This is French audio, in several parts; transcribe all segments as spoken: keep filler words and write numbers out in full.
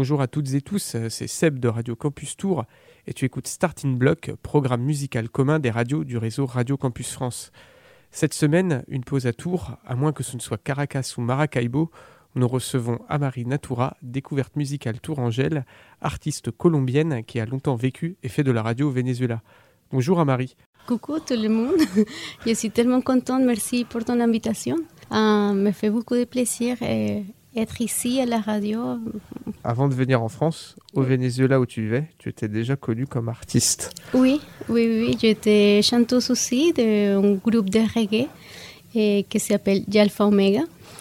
Bonjour à toutes et tous, c'est Seb de Radio Campus Tours et tu écoutes Starting Block, programme musical commun des radios du réseau Radio Campus France. Cette semaine, une pause à Tours, à moins que ce ne soit Caracas ou Maracaibo, où nous recevons Amari Natura, découverte musicale tourangelle, artiste colombienne qui a longtemps vécu et fait de la radio au Venezuela. Bonjour Amari. Coucou tout le monde, je suis tellement contente, merci pour ton invitation. Euh, me fait beaucoup de plaisir d'être ici à la radio. Avant de venir en France, au Venezuela où tu vivais, tu étais déjà connue comme artiste. Oui, oui, oui, j'étais chanteuse aussi d'un groupe de reggae et, qui s'appelle Yalfa Omega.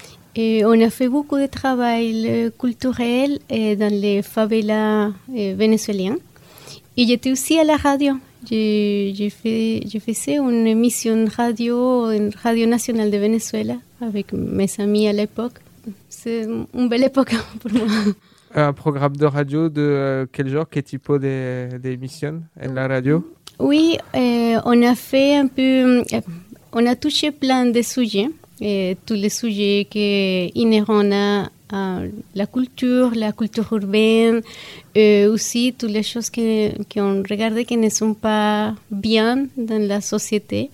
Et on a fait beaucoup de travail culturel et dans les favelas vénézuéliennes. Et j'étais aussi à la radio. Je, je, fais, je faisais une émission radio, une radio nationale de Venezuela avec mes amis à l'époque. C'est une belle époque pour moi. Un programme de radio de euh, quel genre, quel type d'émission en la radio? Oui, euh, on a fait un peu, euh, on a touché plein de sujets, et tous les sujets qui inhérents à, à la culture, la culture urbaine, et aussi toutes les choses qu'on regarde qui ne sont pas bien dans la société.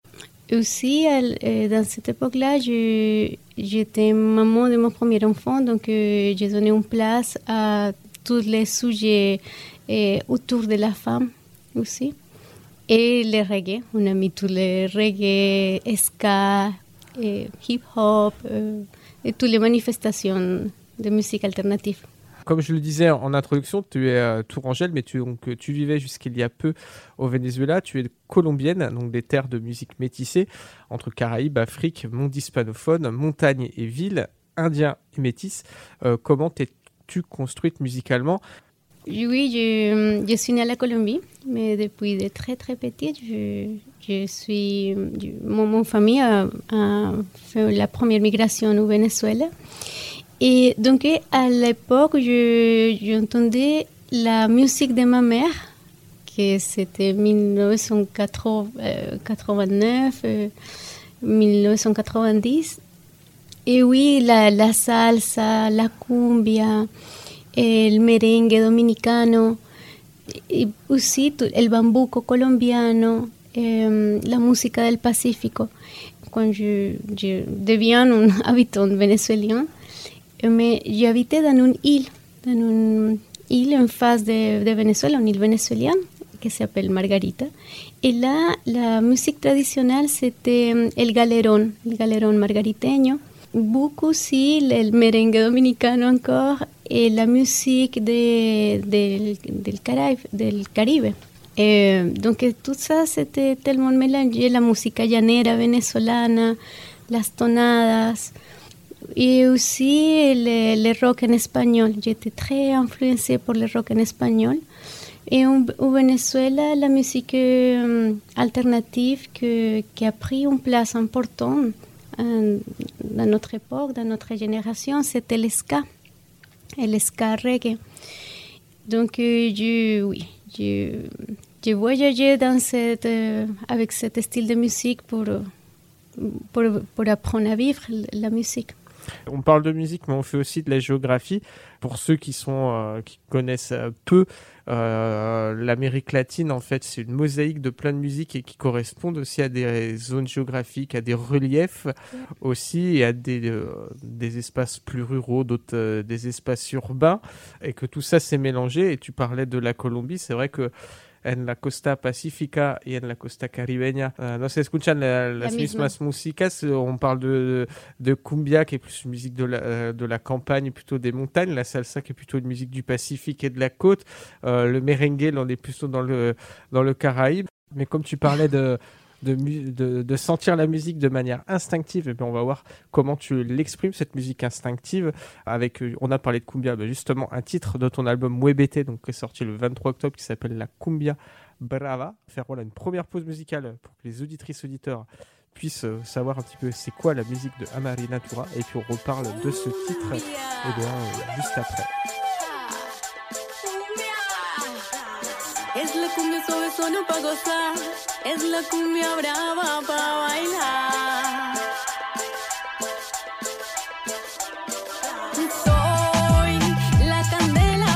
Et aussi, euh, dans cette époque-là, je, j'étais maman de mon premier enfant, donc euh, j'ai donné une place à tous les sujets euh, autour de la femme aussi. Et les reggae, on a mis tous les reggae, ska, et hip-hop, euh, et toutes les manifestations de musique alternative. Comme je le disais en introduction, tu es euh, tourangelle, mais tu, donc, tu vivais jusqu'il y a peu au Venezuela. Tu es colombienne, donc des terres de musique métissées entre Caraïbes, Afrique, monde hispanophone, montagne et ville, indien et métis. Euh, comment t'es-tu construite musicalement? Oui, je, je suis née à la Colombie, mais depuis de très très petite, je, je suis, je, mon, mon famille a, a fait la première migration au Venezuela. Et donc, à l'époque, je, j'entendais la musique de ma mère, que c'était dix-neuf cent quatre-vingt-neuf, euh, dix-neuf cent quatre-vingt-dix. Et oui, la, la salsa, la cumbia, el merengue dominicano, y aussi el bambuco colombiano, eh, la música del Pacífico. Quand je, je deviens un habitant vénézuélien, mais j'habitais dans une île, dans une île en face de, de Venezuela, une île vénézuélienne qui s'appelle Margarita. Et là, la musique traditionnelle, c'était el galerón, el galerón margariteño. Beaucoup aussi le merengue dominicano encore et la musique de, de, del, Caraïbe, del Caribe. Et donc tout ça, c'était tellement mélangé, la música llanera venezolana, las tonadas, et aussi le, le rock en espagnol. J'étais très influencée par le rock en espagnol. Et au, au Venezuela, la musique euh, alternative que, qui a pris une place importante euh, dans notre époque, dans notre génération, c'était le ska, et le ska reggae. Donc, euh, je, oui, je, je voyageais dans cette, euh, avec ce style de musique pour, pour, pour apprendre à vivre la musique. On parle de musique, mais on fait aussi de la géographie. Pour ceux qui sont euh, qui connaissent peu, euh, l'Amérique latine, en fait, c'est une mosaïque de plein de musiques et qui correspondent aussi à des zones géographiques, à des reliefs aussi, et à des, euh, des espaces plus ruraux, d'autres euh, des espaces urbains, et que tout ça s'est mélangé. Et tu parlais de la Colombie, c'est vrai que en la costa pacífica y en la costa caribeña uh, no se escuchan la, las la mismas músicas. On parle de, de cumbia, qui est plus une musique de la, de la campagne, plutôt des montagnes, la salsa qui est plutôt une musique du Pacifique et de la côte, uh, le merengue, là on est plutôt dans le, dans le Caraïbe. Mais comme tu parlais de De, de, de sentir la musique de manière instinctive, et bien on va voir comment tu l'exprimes, cette musique instinctive. Avec, on a parlé de cumbia, ben justement un titre de ton album Muébete, donc qui est sorti le vingt-trois octobre, qui s'appelle La Cumbia Brava. Faire voilà une première pause musicale pour que les auditrices auditeurs puissent savoir un petit peu c'est quoi la musique de Amari Natura, et puis on reparle de ce titre et bien euh, juste après. Es la cumbia suave solo pa' gozar, es la cumbia brava pa' bailar. Soy la candela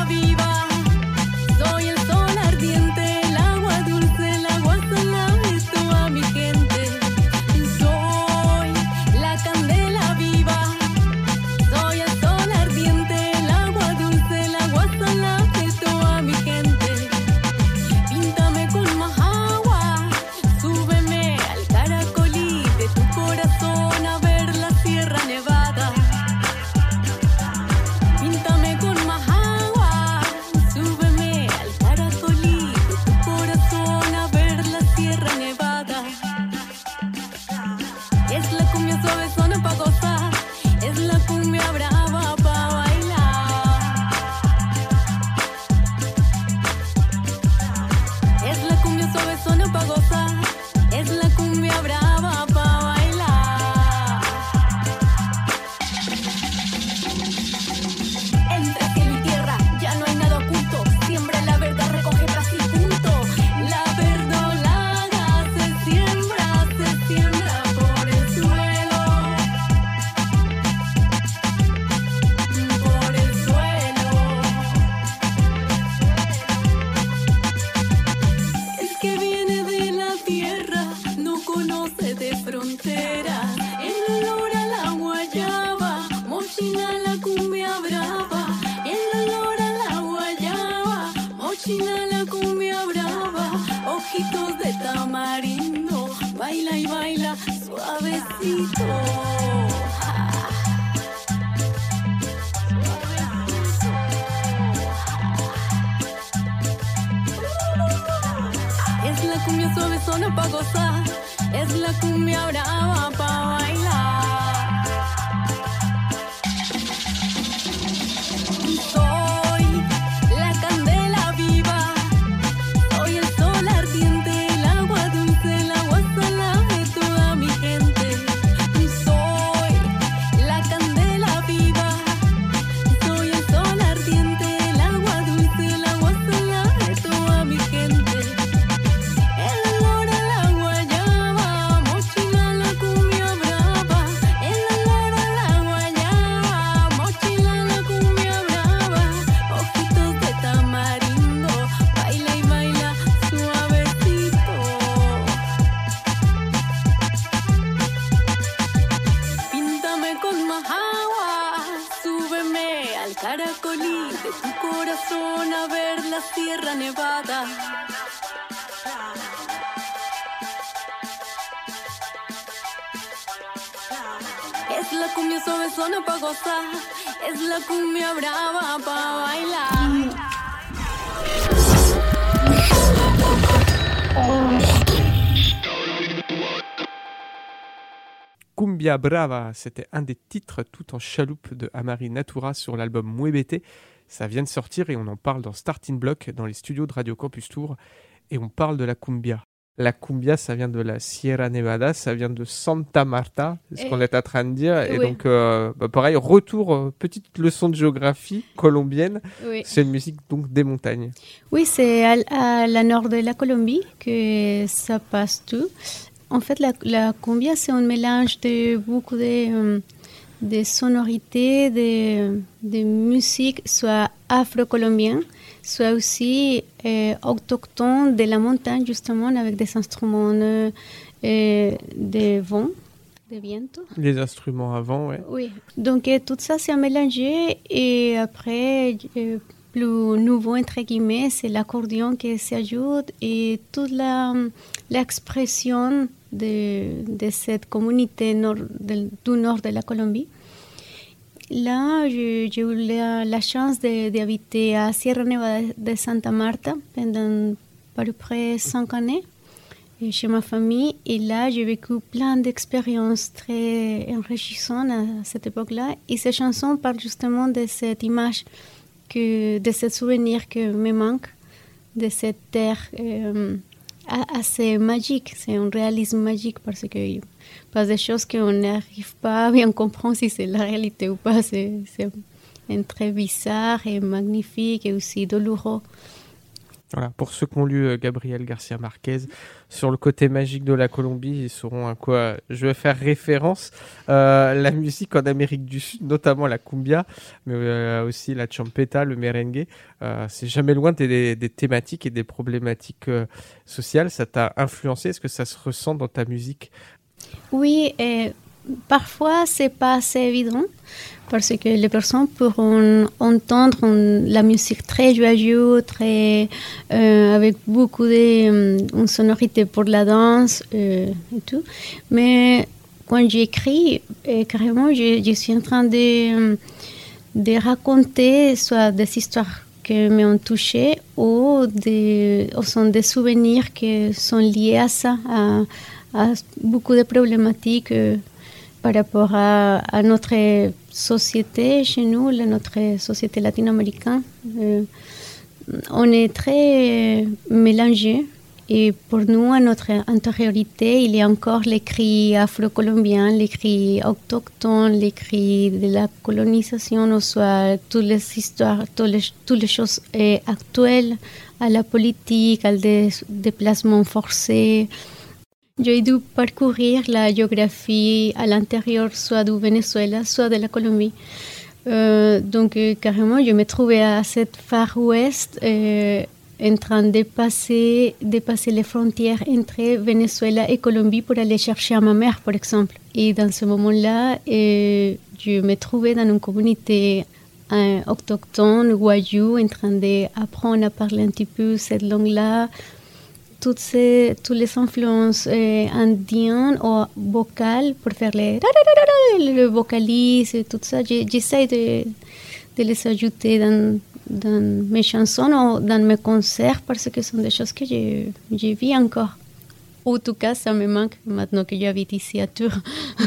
baila y baila suavecito. Es la cumbia suavezona pa' gozar, es la cumbia brava pa' bailar. Soy la candela viva, soy el sol ardiente, el agua dulce, el agua salada de toda mi gente. Soy la candela viva, soy el sol ardiente, el agua dulce, el agua salada de toda mi gente. El olor a la guayaba, mochila la cumbia brava. El olor a la guayaba, mochila la cumbia brava. Ojitos de tamarindo, baila y baila suavecito. Píntame con más agua, súbeme al caracolí de tu corazón a ver la Sierra Nevada. Es la cumbia suavezona pa' gozar, es la cumbia brava pa' bailar. Cumbia Brava, c'était un des titres tout en chaloupe de Amari Natura sur l'album Muébete. Ça vient de sortir et on en parle dans Starting Block, dans les studios de Radio Campus Tour. Et on parle de la cumbia. La cumbia, ça vient de la Sierra Nevada, ça vient de Santa Marta, c'est ce Et- qu'on est en train de dire. Et oui. donc, euh, bah, pareil, retour, euh, petite leçon de géographie colombienne. Oui. C'est une musique donc des montagnes. Oui, c'est à, à la nord de la Colombie que ça passe tout. En fait, la, la cumbia, c'est un mélange de beaucoup de, euh, de sonorités, de, de musique, soit afro-colombienne, soit aussi euh, autochtone de la montagne, justement, avec des instruments euh, euh, de vent, de viento. Les instruments avant, ouais. Oui, donc euh, tout ça c'est mélangé et après, euh, plus nouveau entre guillemets, c'est l'accordéon qui s'ajoute et toute la, l'expression de, de cette communauté nord, de, du nord de la Colombie. Là, je- j'ai eu la, la chance de- d'habiter à Sierra Nevada de Santa Marta pendant à peu près cinq années et chez ma famille. Et là, j'ai vécu plein d'expériences très enrichissantes à cette époque-là. Et ces chansons parlent justement de cette image, que, de ce souvenir que me manque, de cette terre euh, a- assez magique. C'est un réalisme magique parce que il passe des choses qu'on n'arrive pas à bien comprendre si c'est la réalité ou pas. C'est, c'est un très bizarre et magnifique et aussi douloureux. Voilà, pour ceux qui ont lu euh, Gabriel Garcia Marquez sur le côté magique de la Colombie, ils sauront à quoi je vais faire référence. Euh, la musique en Amérique du Sud, notamment la cumbia, mais euh, aussi la champeta, le merengue, euh, c'est jamais loin des, des thématiques et des problématiques euh, sociales. Ça t'a influencé? Est-ce que ça se ressent dans ta musique? Oui, et parfois c'est pas assez évident parce que les personnes pourront entendre un- la musique très joyeuse, très euh, avec beaucoup de euh, une sonorité pour la danse euh, et tout. Mais quand j'écris, euh, carrément, je, je suis en train de, euh, de raconter soit des histoires qui m'ont touchée ou des, ou sont des souvenirs qui sont liés à ça, à, à beaucoup de problématiques euh, par rapport à, à notre société chez nous, la- notre société latino-américaine. Euh, on est très euh, mélangés et pour nous, à notre intériorité, il y a encore les cris afro-colombiens, les cris autochtones, les cris de la colonisation, ou soit toutes les histoires, toutes les, toutes les choses euh, actuelles à la politique, au dé- déplacement forcé. J'ai dû parcourir la géographie à l'intérieur, soit du Venezuela, soit de la Colombie. Euh, donc, euh, carrément, je me trouvais à cette Far West, euh, en train de passer, de passer les frontières entre Venezuela et Colombie pour aller chercher à ma mère, par exemple. Et dans ce moment-là, euh, je me trouvais dans une communauté euh, autochtone, Wayuu, en train d'apprendre à parler un petit peu cette langue-là. toutes, ces, toutes les influences euh, indiennes ou vocales pour faire les, le vocalise et tout ça. J'essaie de, de les ajouter dans, dans mes chansons ou dans mes concerts parce que ce sont des choses que je, je vis encore. En tout cas, ça me manque maintenant que j'habite ici à Tours.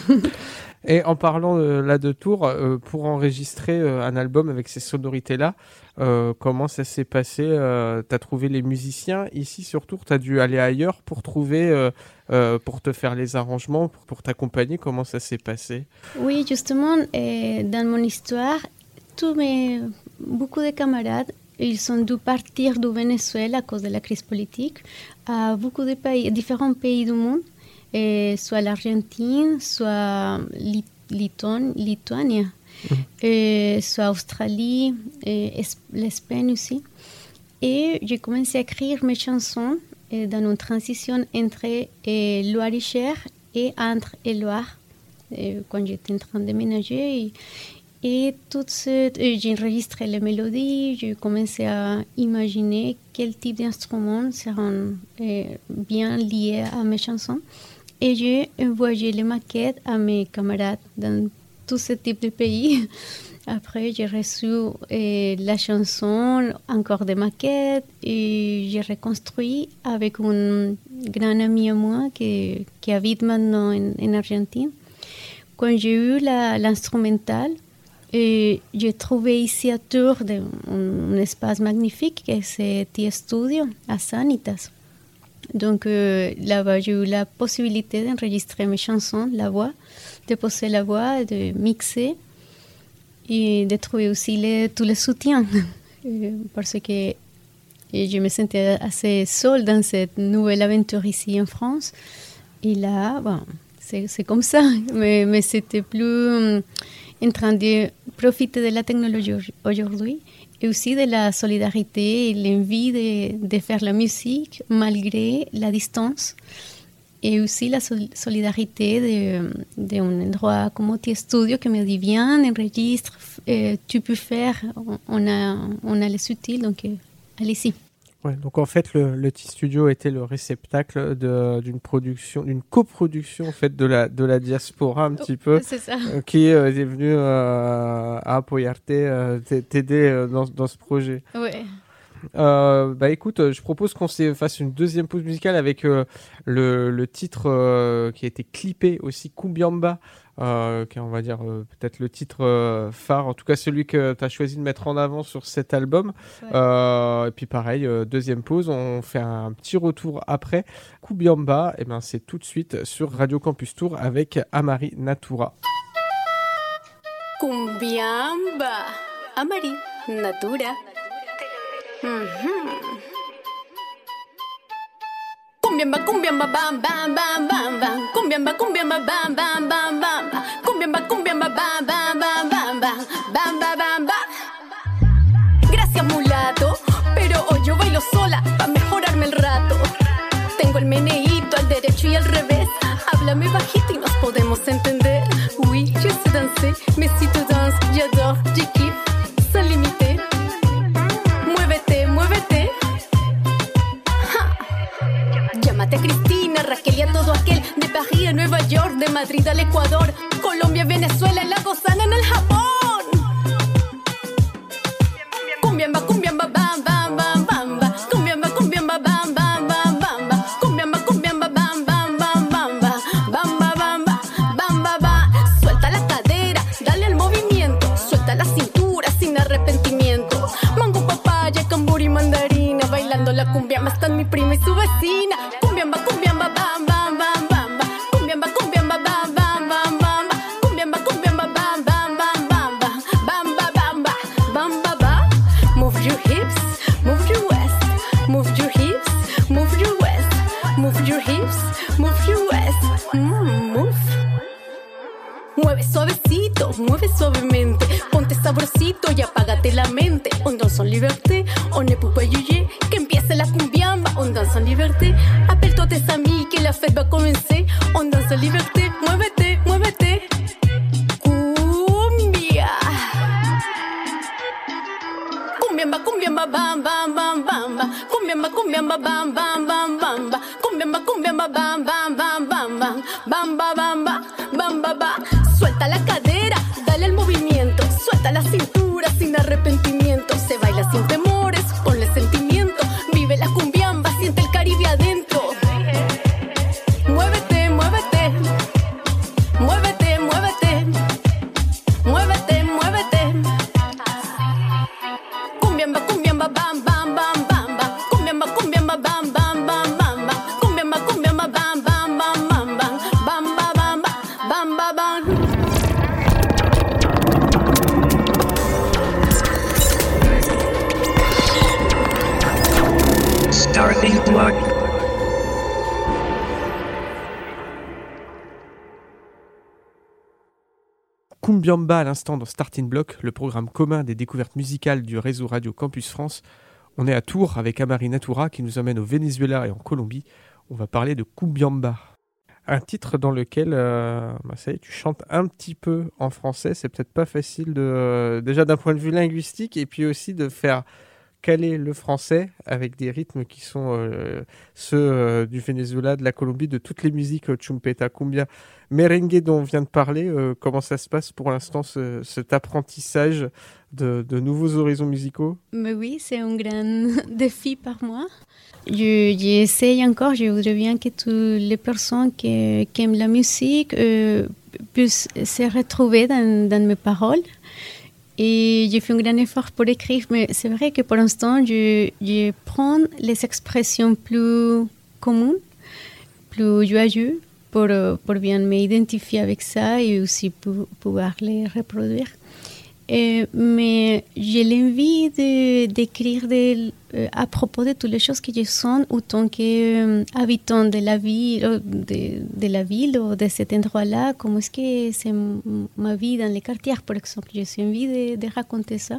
Et en parlant euh, là de Tours, euh, pour enregistrer euh, un album avec ces sonorités-là, euh, comment ça s'est passé euh, T'as trouvé les musiciens ici sur Tours? T'as dû aller ailleurs pour trouver, euh, euh, pour te faire les arrangements, pour, pour t'accompagner? Comment ça s'est passé? Oui, justement, euh, dans mon histoire, tous mes, beaucoup de camarades, ils ont dû partir du Venezuela à cause de la crise politique à beaucoup de pays, différents pays du monde. Et soit l'Argentine, soit Lituanie, Lituanie mmh. et soit Australie, et l'Espagne aussi. Et j'ai commencé à écrire mes chansons et dans une transition entre et Loir-et-Cher et entre et Loire, et quand j'étais en train de déménager. Et, et tout ce, j'ai enregistré les mélodies, j'ai commencé à imaginer quel type d'instruments seront bien liés à mes chansons. Et j'ai envoyé les maquettes à mes camarades dans tous ces types de pays. Après, j'ai reçu euh, la chanson, encore des maquettes, et j'ai reconstruit avec un grand ami à moi qui, qui habite maintenant en, en Argentine. Quand j'ai eu la, l'instrumental, et j'ai trouvé ici à Tours de, un, un espace magnifique, qui est ce T-Studio à Sanitas. Donc euh, là-bas, j'ai eu la possibilité d'enregistrer mes chansons, la voix, de poser la voix, de mixer et de trouver aussi les, tous les soutiens. Parce que je me sentais assez seule dans cette nouvelle aventure ici en France. Et là, bon, c'est, c'est comme ça. Mais, mais c'était plus euh, en train de profiter de la technologie aujourd'hui. Et aussi de la solidarité et l'envie de, de faire la musique malgré la distance. Et aussi la sol- solidarité d'un endroit comme T-Studio qui me dit viens, enregistre, euh, tu peux faire, on a, on a les outils, donc euh, allez-y. Ouais, donc en fait, le, le T-Studio était le réceptacle de, d'une production, d'une coproduction en fait de la de la diaspora un petit peu, c'est ça. Euh, qui euh, est venue euh, à apoyarte, euh, t'aider euh, dans dans ce projet. Ouais. Euh, bah écoute, je propose qu'on se fasse une deuxième pause musicale avec euh, le le titre euh, qui a été clippé aussi, Kumbiamba. Euh, qui est, on va dire, euh, peut-être le titre euh, phare, en tout cas celui que tu as choisi de mettre en avant sur cet album. Ouais. Euh, et puis pareil, euh, deuxième pause, on fait un petit retour après. Kumbiamba, et ben c'est tout de suite sur Radio Campus Tours avec Amari Natura. Kumbiamba, Amari Natura. Mm-hmm. Kumbiamba, kumbiamba, bam, bam, bam, bam, bam. Kumbiamba, kumbiamba, bam, bam, bam, bam, bam. Kumbiamba, kumbiamba, bam, bam, bam, bam, bam. Bam, bam, bam, bam. Gracias, mulato, pero hoy yo bailo sola pa' mejorarme el rato. Tengo el meneíto al derecho y al revés. Háblame bajito y nos podemos entender. Oui, je sais danser, mais si tu danses, j'adore, je kiffe, sans limiter. Muévete, muévete. Llámate a Cristina, Raquel y a todo aquel de París a Nueva York, de Madrid al Ecuador, Colombia, Venezuela, en la Gozana, en el Japón. Cumbiamba, cumbiamba, bam, bam, bam, bam, bam. Cumbiamba, cumbiamba, bam, bam, bam, bam, bam. Cumbiamba, cumbiamba, bam, bam, bam, bam, bam. Bam, bam, bam, bam, bam, bam. Suelta la cadera, dale al movimiento. Suelta la cintura sin arrepentimiento. Mango, papaya, cambur y mandarina. Bailando la cumbiamba están mi prima y su vecina. Cumbiamba, cumbiamba, bam, bam, bam, bam, bam. Cumbiamba, cumbiamba, bam, bam, bam, bam, bam. Cumbiamba, cumbiamba, bam, bam, bam, bam, bam. Bam, bam, bam, bam, bam, bam. Move your hips, move your waist. Move your hips, move your waist. Move your hips, move your waist. Mm, move. Mueve suavecito, mueve suavemente. Ponte sabrosito y apágate la mente. On danse en liberté, on ne peut pas juger. Que empiece la cumbiamba, on danse en liberté. Appelle-toi tes amis que la fête va commencer. On danse en liberté, muévete, muévete. Cumbia. Cumbia, Cumbiamba, cumbiamba, bam, bam, bam, bam, bam. Cumbiamba, cumbiamba, bam, bam, bam, bam, bam. Cumbiamba, cumbiamba, bam, bam, bam, bam, bam. Bamba, bamba, bamba, ba. Suelta la cadera, dale el movimiento. Suelta la cintura sin arrepentimiento. Se baila sin temores, ponle sentimiento. Vive la cumbiamba, siente el Caribe adentro. Muévete, muévete. Muévete, muévete. Muévete, muévete. Cumbiamba, cumbiamba, bam, bam, bam, bam, bam. Cumbiamba, cumbiamba, bam, bam, bam, bam, bam. Cumbiamba, cumbiamba, bam, bam, bam, bam, bam. Bamba, bamba, bamba, bam. Starting block. Cumbiamba à l'instant dans Starting Block, le programme commun des découvertes musicales du réseau Radio Campus France. On est à Tours avec Amari Natura qui nous emmène au Venezuela et en Colombie. On va parler de Cumbiamba. Un titre dans lequel, euh, bah ça y est, tu chantes un petit peu en français. C'est peut-être pas facile de, euh, déjà d'un point de vue linguistique et puis aussi de faire caler le français avec des rythmes qui sont euh, ceux euh, du Venezuela, de la Colombie, de toutes les musiques euh, chumpeta, cumbia, merengue dont on vient de parler. Euh, comment ça se passe pour l'instant, ce, cet apprentissage de, de nouveaux horizons musicaux? Mais oui, c'est un grand défi pour moi. Je, j'essaye encore, je voudrais bien que toutes les personnes qui, qui aiment la musique euh, puissent se retrouver dans, dans mes paroles. Et j'ai fait un grand effort pour écrire, mais c'est vrai que pour l'instant, je, je prends les expressions plus communes, plus joyeuses, pour, pour bien m'identifier avec ça et aussi pour pouvoir les reproduire. Et, mais j'ai l'envie de, d'écrire de, euh, à propos de toutes les choses que je sens autant qu'habitant euh, de la ville, de, de la ville ou de cet endroit-là. Comment est-ce que c'est m- ma vie dans les quartiers, par exemple. J'ai envie de, de raconter ça.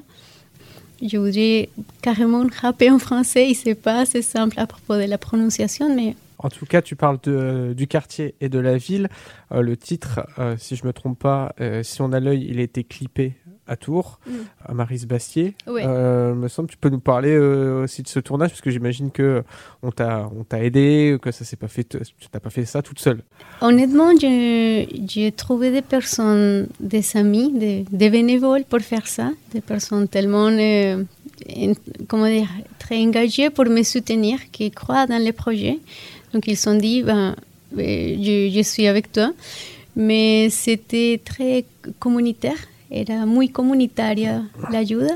Je voudrais carrément rapper en français, et c'est pas assez simple à propos de la prononciation, mais... En tout cas, tu parles de, du quartier et de la ville. Euh, le titre, euh, si je me trompe pas, euh, Si on a l'œil, il a été clippé à Tours, mm. à Maryse-Bastier. Oui. Euh, me semble, tu peux nous parler euh, aussi de ce tournage, parce que j'imagine que on t'a, on t'a aidé, que ça s'est pas fait, t- tu n'as pas fait ça toute seule. Honnêtement, je, j'ai trouvé des personnes, des amis, des, des bénévoles pour faire ça, des personnes tellement, euh, en, comment dire, très engagées pour me soutenir, qui croient dans les projets. Donc ils se sont dit, ben, je, je suis avec toi, mais c'était très communautaire. Era muy comunitaria la ayuda.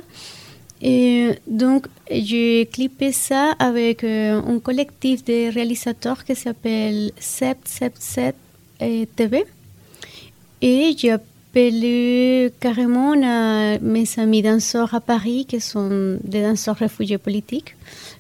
Et donc, j'ai clippé ça avec euh, un collectif de réalisateurs qui s'appelle sept sept sept T V. Et j'ai appelé carrément à mes amis danseurs à Paris, qui sont des danseurs réfugiés politiques,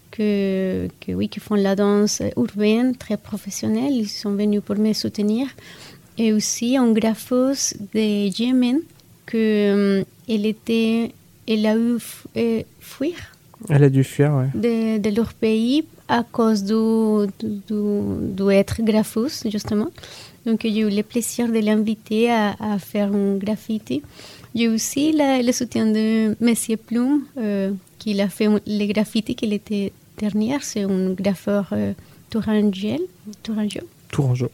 que, que, oui, qui font la danse urbaine très professionnelle. Ils sont venus pour me soutenir. Et aussi un graphos de Yémen, qu'elle euh, était, elle a eu euh, fuir. Elle a dû fuir, ouais. De, de leur pays à cause du, du, du être graphos, justement. Donc, j'ai eu le plaisir de l'inviter à, à faire un graffiti. J'ai aussi la, le soutien de Monsieur Plume, euh, qui a fait les graffitis qu'il était dernière. C'est un graffeur euh, tourangien. Tourangien. Tourangeau.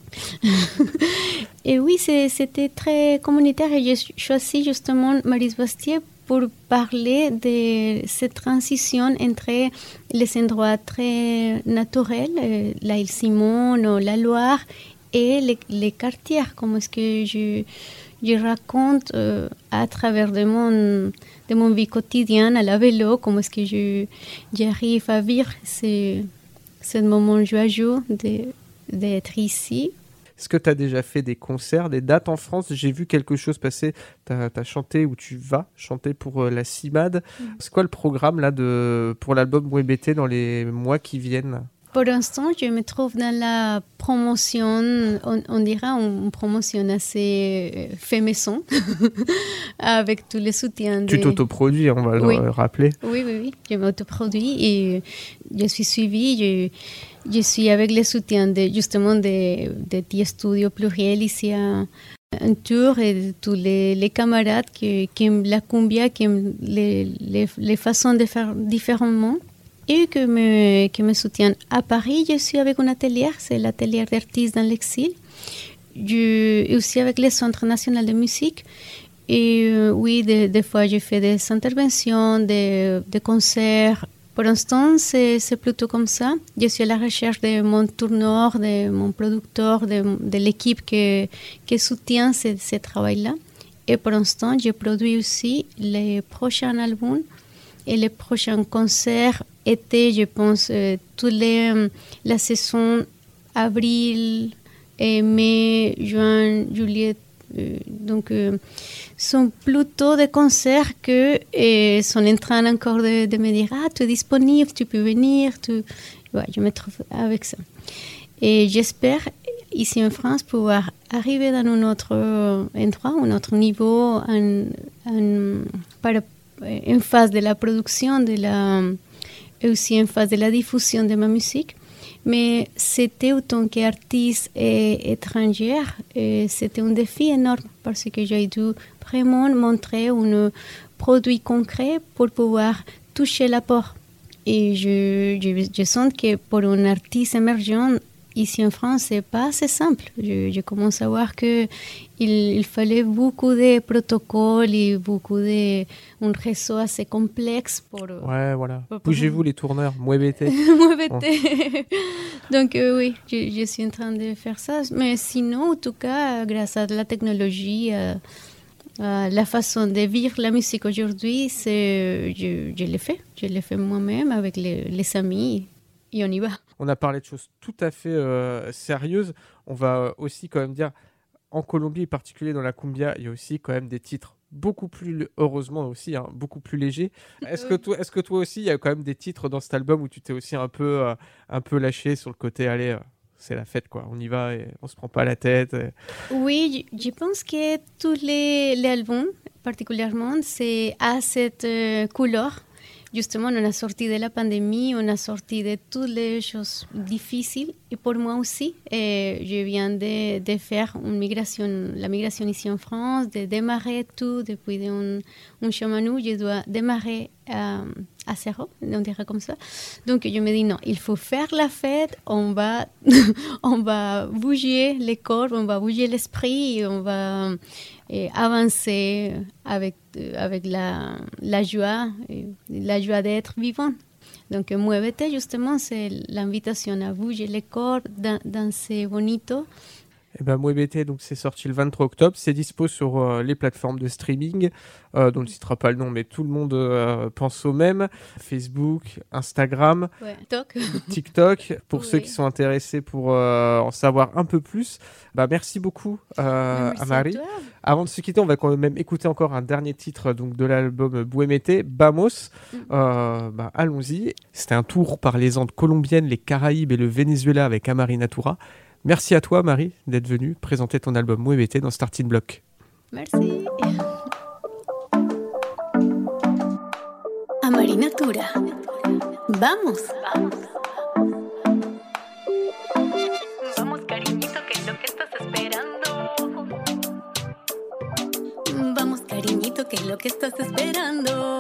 Et oui, c'est, c'était très communautaire et j'ai choisi justement Maryse-Bastier pour parler de cette transition entre les endroits très naturels, euh, la île Simon, la Loire, et les, les quartiers. Comment est-ce que je, je raconte euh, à travers de mon, de mon vie quotidienne à la vélo, comment est-ce que je, j'arrive à vivre ce, ce moment joyeux de d'être ici. Est-ce que tu as déjà fait des concerts, des dates en France? J'ai vu quelque chose passer, tu as chanté ou tu vas chanter pour euh, la CIMAD. Mmh. C'est quoi le programme là, de, pour l'album Webete dans les mois qui viennent? Pour l'instant, je me trouve dans la promotion, on, on dirait une promotion assez fait maison, avec tous les soutiens. Tu des... t'autoproduis, on va oui. le rappeler. Oui, oui, oui, je m'autoproduis et je suis suivie, je, je suis avec le soutien de, justement de, de tes studios pluriels ici à, un tour et de tous les, les camarades qui, qui aiment la cumbia, qui aiment les, les, les façons de faire différemment et qui me, qui me soutiennent. À Paris, je suis avec un atelier, c'est l'atelier d'artistes dans l'exil. Je, et aussi avec le Centre national de musique. Et euh, oui, des, des fois, je fais des interventions, des, des concerts. Pour l'instant, c'est, c'est plutôt comme ça. Je suis à la recherche de mon tourneur, de mon producteur, de, de l'équipe qui, qui soutient ce, ce travail-là. Et pour l'instant, je produis aussi les prochains albums et les prochains concerts été, je pense, euh, toute les, la saison avril, et mai, juin, juillet. Euh, donc, euh, sont plutôt des concerts que euh, sont en train encore de, de me dire ah, tu es disponible, tu peux venir. Tu... Ouais, je me trouve avec ça. Et j'espère, ici en France, pouvoir arriver dans un autre endroit, un autre niveau, en, en, para, en phase de la production, de la, et aussi en phase de la diffusion de ma musique. Mais c'était, autant qu'artiste et étrangère, et c'était un défi énorme parce que j'ai dû vraiment montrer un produit concret pour pouvoir toucher la porte. Et je, je, je sens que pour un artiste émergent, ici en France, c'est pas assez simple. Je, je commence à voir que il, il fallait beaucoup de protocoles et beaucoup de un réseau assez complexe pour. Ouais, voilà. Pour Bougez-vous les tourneurs, muévete. Muévete. Donc euh, oui, je, je suis en train de faire ça. Mais sinon, en tout cas, grâce à la technologie, euh, euh, la façon de vivre la musique aujourd'hui, c'est, je, je l'ai fait. Je l'ai fait moi-même avec les, les amis. Et on y va. On a parlé de choses tout à fait euh, sérieuses. On va aussi quand même dire, en Colombie, en particulier dans la cumbia, il y a aussi quand même des titres beaucoup plus, heureusement aussi, hein, beaucoup plus légers. Est-ce que, toi, est-ce que toi aussi, il y a quand même des titres dans cet album où tu t'es aussi un peu, euh, un peu lâché sur le côté, allez, euh, c'est la fête, quoi. On y va et on se prend pas la tête. Et... Oui, je pense que tous les, les albums, particulièrement, c'est à cette euh, couleur. Justement, on a sorti de la pandémie, on a sorti de toutes les choses difficiles. Et pour moi aussi, et je viens de, de faire une migration, la migration ici en France, de démarrer tout depuis un, un chemin où je dois démarrer à, à zéro, on dirait comme ça. Donc, je me dis non, il faut faire la fête, on va, on va bouger les corps, on va bouger l'esprit, et on va et avancer avec, avec la, la joie, la joie d'être vivant. Donc, Muévete, justement, c'est l'invitation à bouger les corps, dan- danser bonito. Eh ben, Muévete, donc c'est sorti le vingt-trois octobre. C'est dispo sur euh, les plateformes de streaming, euh, dont on ne citera pas le nom, mais tout le monde euh, pense au même. Facebook, Instagram, ouais. TikTok. TikTok. Pour oui. Ceux qui sont intéressés pour euh, en savoir un peu plus, bah, merci beaucoup euh, merci à Marie. À Avant de se quitter, on va quand même écouter encore un dernier titre donc, de l'album Muévete, Vamos. Mm. Euh, bah, allons-y. C'était un tour par les Andes colombiennes, les Caraïbes et le Venezuela avec Amari Natura. Merci à toi, Marie, d'être venue présenter ton album Muévete dans Starting Block. Merci. Amari Natura. Vamos. Vamos, cariñito, que es lo que estás esperando. Vamos, cariñito, que es lo que estás esperando.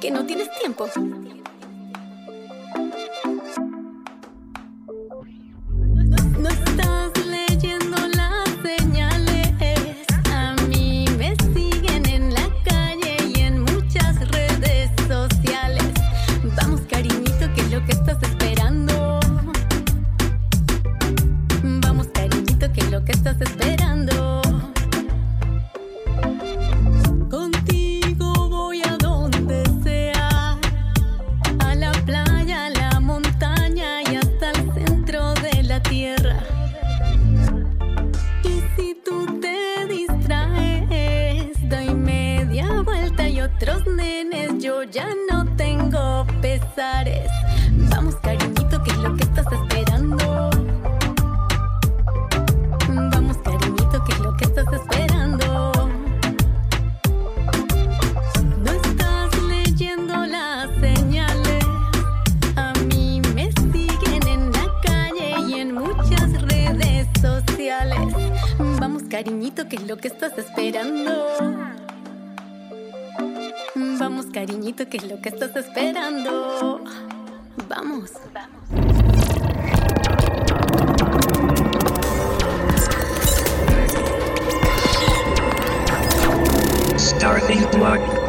que no tienes tiempo. No estás leyendo las señales. A mí me siguen en la calle y en muchas redes sociales. Vamos, cariñito, ¿qué es lo que estás esperando? Vamos, cariñito, ¿qué es lo que estás esperando? Contigo voy a donde sea, a la playa, a la montaña y hasta el centro de la tierra. Y si tú te distraes, doy media vuelta y otros nenes, yo ya no tengo pesares. Vamos, cariñito, ¿qué es lo que estás esperando? Vamos, cariñito, ¿qué es lo que estás esperando? No estás leyendo las señales. A mí me siguen en la calle y en muchas redes sociales. Vamos, cariñito, ¿qué es lo que estás esperando? Vamos, cariñito, ¿qué es lo que estás esperando? Vamos. Starting block.